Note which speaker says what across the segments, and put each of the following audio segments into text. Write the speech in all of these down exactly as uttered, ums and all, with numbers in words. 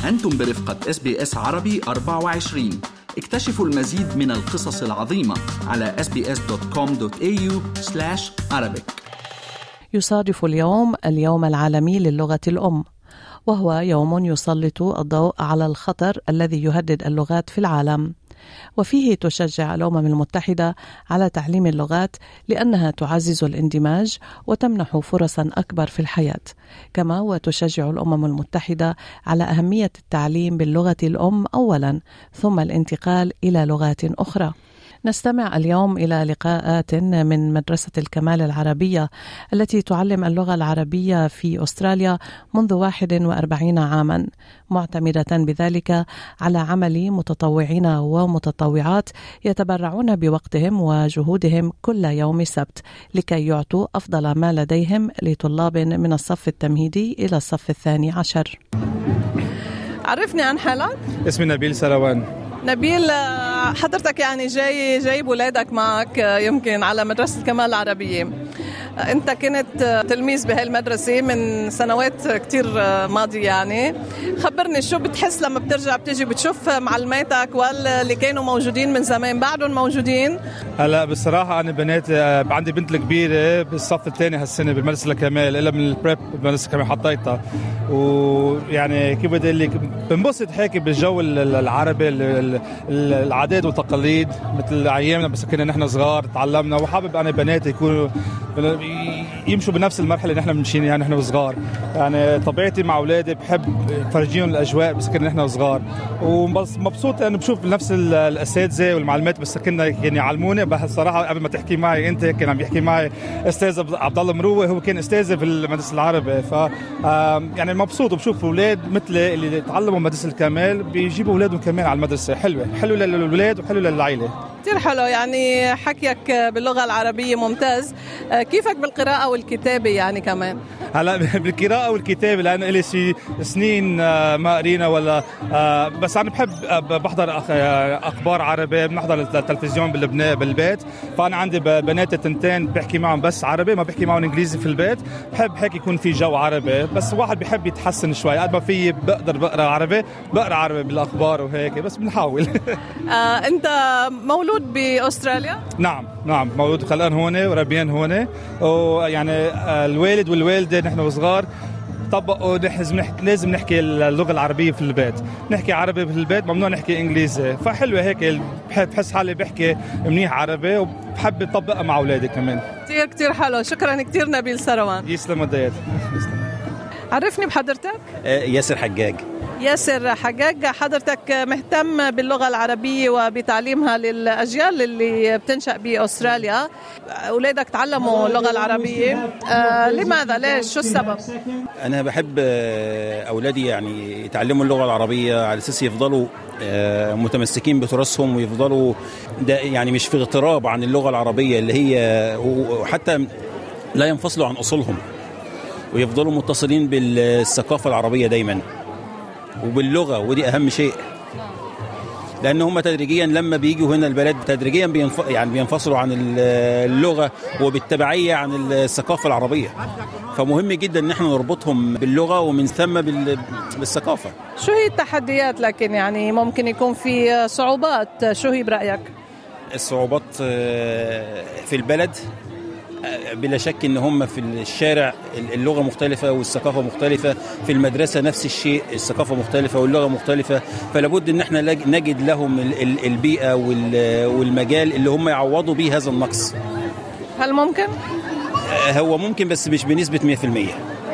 Speaker 1: أنتم برفقة إس بي إس عربي أربعة وعشرين. اكتشفوا المزيد من القصص العظيمة على إس بي إس دوت كوم دوت إيه يو سلاش عربيك.
Speaker 2: يصادف اليوم اليوم العالمي للغة الأم، وهو يوم يسلط الضوء على الخطر الذي يهدد اللغات في العالم، وفيه تشجع الأمم المتحدة على تعليم اللغات لأنها تعزز الاندماج وتمنح فرصا أكبر في الحياة، كما وتشجع الأمم المتحدة على أهمية التعليم باللغة الأم أولا ثم الانتقال إلى لغات أخرى. نستمع اليوم إلى لقاءات من مدرسة الكمال العربية التي تعلم اللغة العربية في أستراليا منذ واحد وأربعين عاما، معتمدة بذلك على عمل متطوعين ومتطوعات يتبرعون بوقتهم وجهودهم كل يوم سبت لكي يعطوا أفضل ما لديهم لطلاب من الصف التمهيدي إلى الصف الثاني عشر. عرفني عن حالك.
Speaker 3: اسمي نبيل سروان.
Speaker 2: نبيل، حضرتك يعني جاي جايب ولادك معك يمكن على مدرسة الكمال العربية. أنت كنت تلميذ بهالمدرسة من سنوات كتير ماضية، يعني خبرني شو بتحس لما بترجع بتجي بتشوف معلماتك ولا اللي كانوا موجودين من زمان بعدهم موجودين؟
Speaker 3: هلا بصراحة أنا بنات عندي بنت الكبيرة بالصف الثاني هالسنة بمدرسة الكمال، إلا من البريب بمدرسة الكمال حطيتها، ويعني كيف بدي لك بنبسط هيك بالجو العربي، العادات والتقاليد مثل أيامنا بس كنا نحن صغار تعلمنا، وحابب أنا بناتي يكونوا يمشوا بنفس المرحلة اللي نحن بنمشيها يعني نحن صغار. يعني طبيعتي مع أولادي بحب فرجيهم الأجواء بس كنا نحن صغار، وبس مبسوط أنا بشوف نفس الأساتذة والمعلمات بس كنا يعني يعلموني. بس الصراحة قبل ما تحكي معي أنت كان عم يحكي معي أستاذ عبد الله مروه، هو كان أستاذ في المدرسة العربية، ف يعني مبسوط وبشوف أولاد مثل اللي تعلموا مدرسة الكمال بيجيبوا أولادهم كمان على المدرسة. حلوة حلو للأولاد وحلو للعائلة.
Speaker 2: كتير حلو، يعني حكيك باللغة العربية ممتاز. كيفك بالقراءة والكتابة يعني كمان؟
Speaker 3: هلا بالقراءة والكتابة لأن إلي شي سنين ما قرينا ولا، بس أنا بحب بحضر أخبار عربية، بنحضر التلفزيون بالبناء بالبيت، فأنا عندي بنات تنتين بحكي معهم بس عربي، ما بحكي معهم إنجليزي في البيت. بحب هيك يكون في جو عربي، بس واحد بحب يتحسن شوي. قد ما في بقدر بقرأ عربي بقرأ عربي بالأخبار وهيك، بس بنحاول.
Speaker 2: آه أنت مولود بأستراليا؟
Speaker 3: نعم نعم مولود خلقان هون وربيان هون، ويعني الوالد والوالدة نحن وصغار طبقوا لازم نحكي اللغة العربية في البيت، نحكي عربي في البيت، ممنوع نحكي إنجليزي. فحلوة هيك بحس حالي بحكي منيح عربي وبحب أطبقها مع أولادي كمان.
Speaker 2: كتير كتير حلو. شكرا كتير نبيل سروان.
Speaker 3: يسلم الديات.
Speaker 2: عرفني بحضرتك.
Speaker 4: ياسر حجاج.
Speaker 2: ياسر حجاج، حضرتك مهتم باللغة العربية وبتعليمها للأجيال اللي بتنشأ بأستراليا. أولادك تعلموا اللغة العربية، آه لماذا؟ ليش؟ شو السبب؟
Speaker 4: أنا بحب أولادي يعني يتعلموا اللغة العربية على أساس يفضلوا متمسكين بتراثهم ويفضلوا ده يعني مش في اغتراب عن اللغة العربية اللي هي، وحتى لا ينفصلوا عن أصولهم ويفضلوا متصلين بالثقافة العربية دايما وباللغة، ودي أهم شيء، لأن هم تدريجيا لما بيجوا هنا البلد تدريجيا بينف... يعني بينفصلوا عن اللغة وبالتبعية عن الثقافة العربية، فمهم جدا ان احنا نربطهم باللغة ومن ثم بال... بالثقافة.
Speaker 2: شو هي التحديات لكن يعني ممكن يكون في صعوبات؟ شو هي برأيك؟
Speaker 4: الصعوبات في البلد بلا شك ان هم في الشارع اللغة مختلفة والثقافة مختلفة، في المدرسة نفس الشيء الثقافة مختلفة واللغة مختلفة، فلابد ان احنا نجد لهم البيئة والمجال اللي هم يعوضوا به هذا النقص.
Speaker 2: هل ممكن؟
Speaker 4: هو ممكن بس مش بنسبة مية في المية.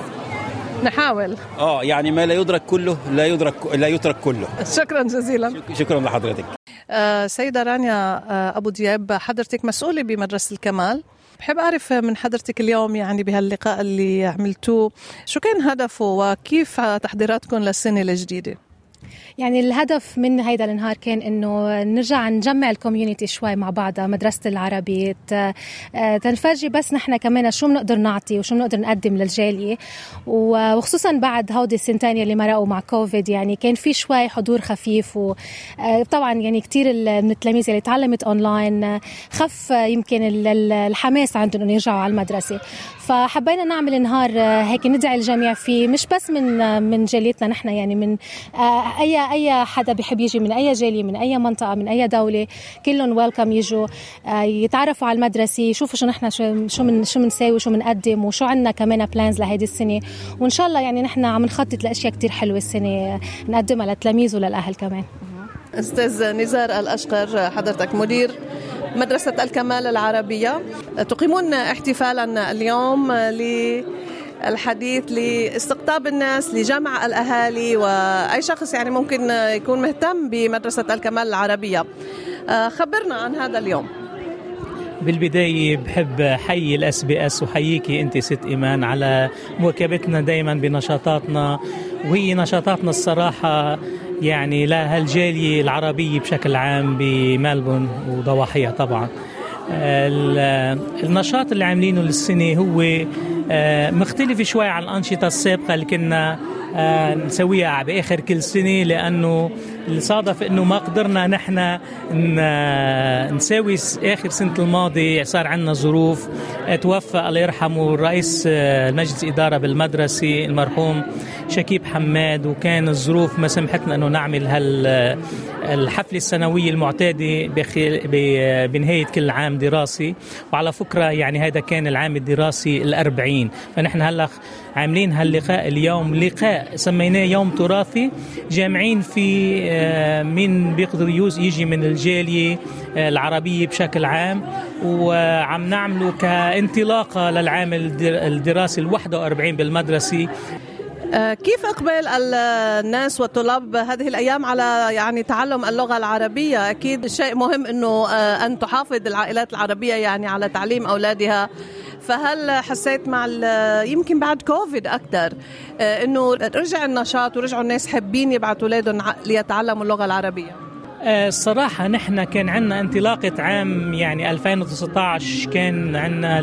Speaker 2: نحاول.
Speaker 4: اه يعني ما لا يدرك كله لا يدرك لا يترك كله.
Speaker 2: شكرا جزيلا.
Speaker 4: شكرا لحضرتك.
Speaker 2: آه سيدة رانيا آه أبو دياب، حضرتك مسؤولة بمدرسة الكمال، بحب أعرف من حضرتك اليوم يعني بهاللقاء اللي عملتوه شو كان هدفه وكيف تحضيراتكم للسنة الجديدة؟
Speaker 5: يعني الهدف من هيدا النهار كان إنه نرجع نجمع الكوميونيتي شوي مع بعضها، مدرسة العربي تنفرجي بس نحن كمان شو بنقدر نعطي وشو بنقدر نقدم للجالية، وخصوصا بعد هودي السنتين اللي مرقوا مع كوفيد يعني كان في شوي حضور خفيف، وطبعا يعني كتير من التلاميذ اللي تعلمت أونلاين خف يمكن الحماس عندهم إنه يرجعوا على المدرسة، فحبينا نعمل نهار هيك ندعي الجميع فيه، مش بس من من جاليتنا نحن، يعني من اي اي حدا بيحب يجي من اي جاليه من اي منطقه من اي دوله، كلهم ويلكم يجوا يتعرفوا على المدرسه، يشوفوا شو نحن شو شو من شو بنساوي وشو بنقدم وشو عندنا كمان بلانز لهيدي السنه. وان شاء الله يعني نحن عم نخطط لاشياء كتير حلوه السنه نقدمها للتلاميذ وللاهل كمان.
Speaker 6: استاذ نزار الاشقر، حضرتك مدير مدرسة الكمال العربية، تقيمون احتفالا اليوم للحديث لاستقطاب الناس لجمع الأهالي وأي شخص يعني ممكن يكون مهتم بمدرسة الكمال العربية. خبرنا عن هذا اليوم.
Speaker 7: بالبداية بحب حيي الاس بي اس وحييكي انت ست ايمان على مواكبتنا دايما بنشاطاتنا، وهي نشاطاتنا الصراحة يعني لهالجالية العربية بشكل عام بملبون وضواحيها. طبعا النشاط اللي عاملينه للسنة هو مختلف شوي عن الأنشطة السابقة اللي كنا نسويها بآخر كل سنة، لأنه اللي صادف إنه ما قدرنا نحن نسوي آخر سنة الماضي، صار عنا ظروف. توفى الله يرحمه الرئيس مجلس إدارة بالمدرسة المرحوم شكيب حماد، وكان الظروف ما سمحتنا إنه نعمل هالحفلة السنوية المعتادة بنهاية كل عام دراسي. وعلى فكرة يعني هذا كان العام الدراسي الأربعين، فنحن هلا عاملين هاللقاء اليوم لقاء سميناه يوم تراثي، جامعين في من بيقدر يجي من الجالية العربية بشكل عام، وعم نعمله كانطلاقة للعام الدراسي الواحد وأربعين بالمدرسة.
Speaker 6: كيف أقبل الناس والطلاب هذه الأيام على يعني تعلم اللغة العربية؟ أكيد شيء مهم إنه أن تحافظ العائلات العربية يعني على تعليم أولادها، فهل حسيت مع يمكن بعد كوفيد أكثر إنه رجع النشاط ورجعوا الناس حابين يبعثوا أولادهم ليتعلموا اللغة العربية؟
Speaker 7: الصراحة نحن كان عنا انطلاقة عام يعني ألفين وتسعة عشر، كان عنا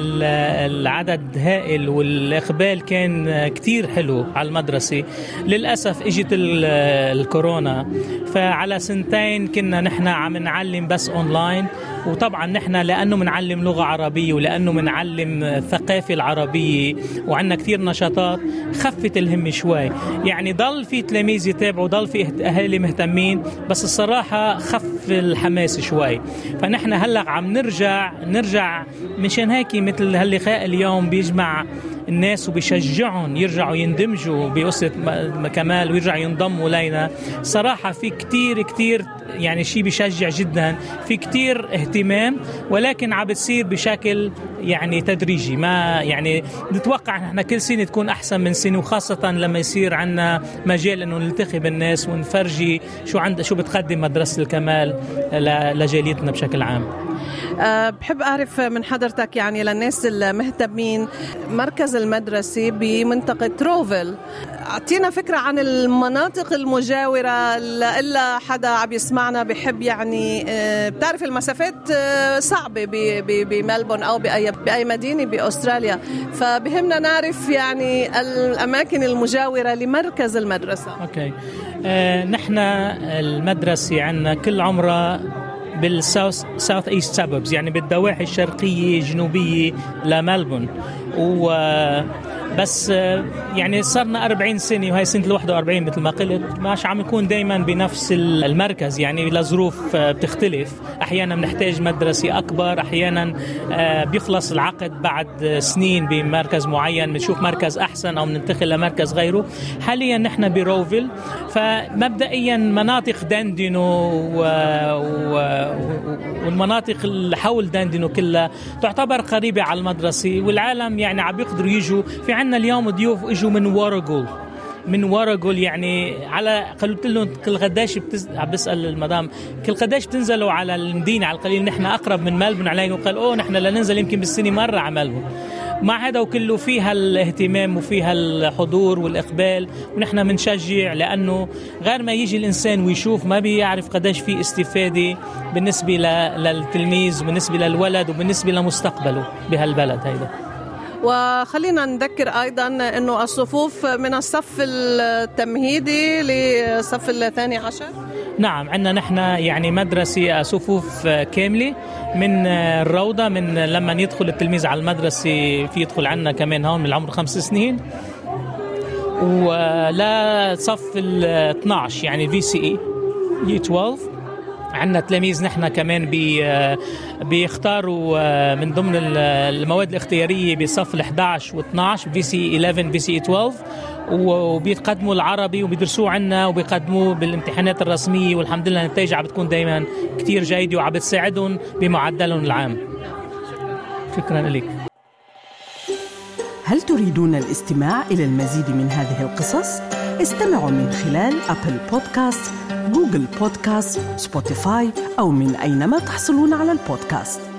Speaker 7: العدد هائل والإقبال كان كتير حلو على المدرسة. للأسف اجت الكورونا، فعلى سنتين كنا نحن عم نعلم بس أونلاين. وطبعا نحن لأنه منعلم لغة عربية ولأنه منعلم ثقافة العربية وعنا كتير نشاطات، خفت الهم شوي. يعني ضل في تلاميذ يتابعوا، ضل في أهالي مهتمين، بس الصراحة خف الحماس شوي. فنحن هلأ عم نرجع نرجع مشان هيك مثل هاللقاء اليوم بيجمع الناس وبيشجعهم يرجعوا يندمجوا بأسرة كمال ويرجعوا ينضموا لينا. صراحة في كتير كتير يعني شيء بيشجع جدا، في كتير اهتمام، ولكن عم بتصير بشكل يعني تدريجي. ما يعني نتوقع ان احنا كل سنة تكون احسن من سنة، وخاصة لما يصير عنا مجال انه نلتقي بالناس ونفرجي شو عند شو بتقدم مدرسة الكمال لجاليتنا بشكل عام.
Speaker 6: أه بحب أعرف من حضرتك يعني للناس المهتمين، مركز المدرسة بمنطقة روفل، أعطينا فكرة عن المناطق المجاورة إلا حدا عم يسمعنا بحب يعني أه بتعرف المسافات أه صعبة بملبون أو بأي, بأي مدينة بأستراليا، فبهمنا نعرف يعني الأماكن المجاورة لمركز المدرسة.
Speaker 7: أوكي. أه نحن المدرسة عنا كل عمرها بالساوث ساوث ايست سابوبز، يعني بالضواحي الشرقيه الجنوبيه لملبون. و بس يعني صرنا أربعين سنة وهي سنة الواحد وأربعين مثل ما قلت، ماش عم يكون دايما بنفس المركز، يعني لظروف بتختلف. أحيانا بنحتاج مدرسة أكبر، أحيانا بيخلص العقد بعد سنين بمركز معين بنشوف مركز أحسن أو بننتقل لمركز غيره. حاليا نحن بروفل، فمبدئيا مناطق داندينو و... و... والمناطق اللي حول داندينو كلها تعتبر قريبة على المدرسة، والعالم يعني عم يقدروا يجوا. في عنا اليوم ضيوف اجوا من وارغول من وارغول يعني على قلت لهم كل قداش بتز... عم بسأل المدام كل قداش بتنزلوا على المدينة على القليل، نحن أقرب من ملبون عليهم. قال أوه نحن لننزل يمكن بالسنة مرة على ملبون. مع هذا وكله فيها الاهتمام وفيها الحضور والإقبال، ونحن منشجع، لأنه غير ما يجي الإنسان ويشوف ما بيعرف قداش في استفادة بالنسبة للتلميذ وبالنسبة للولد وبالنسبة لمستقبله بهالبلد هيدا.
Speaker 6: وخلينا نذكر أيضا أنه الصفوف من الصف التمهيدي للصف الثاني عشر
Speaker 7: نعم، عندنا نحن يعني مدرسة صفوف كاملة من الروضة، من لما يدخل التلميذ على المدرسة في يدخل عنا كمان هون من العمر خمس سنين ولا صف ال اثنا عشر يعني في سي اي يي اثنا عشر. عندنا تلاميذ نحن كمان بي بيختاروا من ضمن المواد الاختيارية بصف ال احد عشر و اثنا عشر في سي احد عشر في سي اثني عشر، وبيقدموا العربي وبيدرسوه عنا وبيقدموه بالامتحانات الرسمية، والحمد لله النتائج عم بتكون دايما كتير جيدة وعم بتساعدهم بمعدلهم العام. شكرا لك.
Speaker 8: هل تريدون الاستماع إلى المزيد من هذه القصص؟ استمعوا من خلال أبل بودكاست، جوجل بودكاست، سبوتيفاي أو من أينما تحصلون على البودكاست.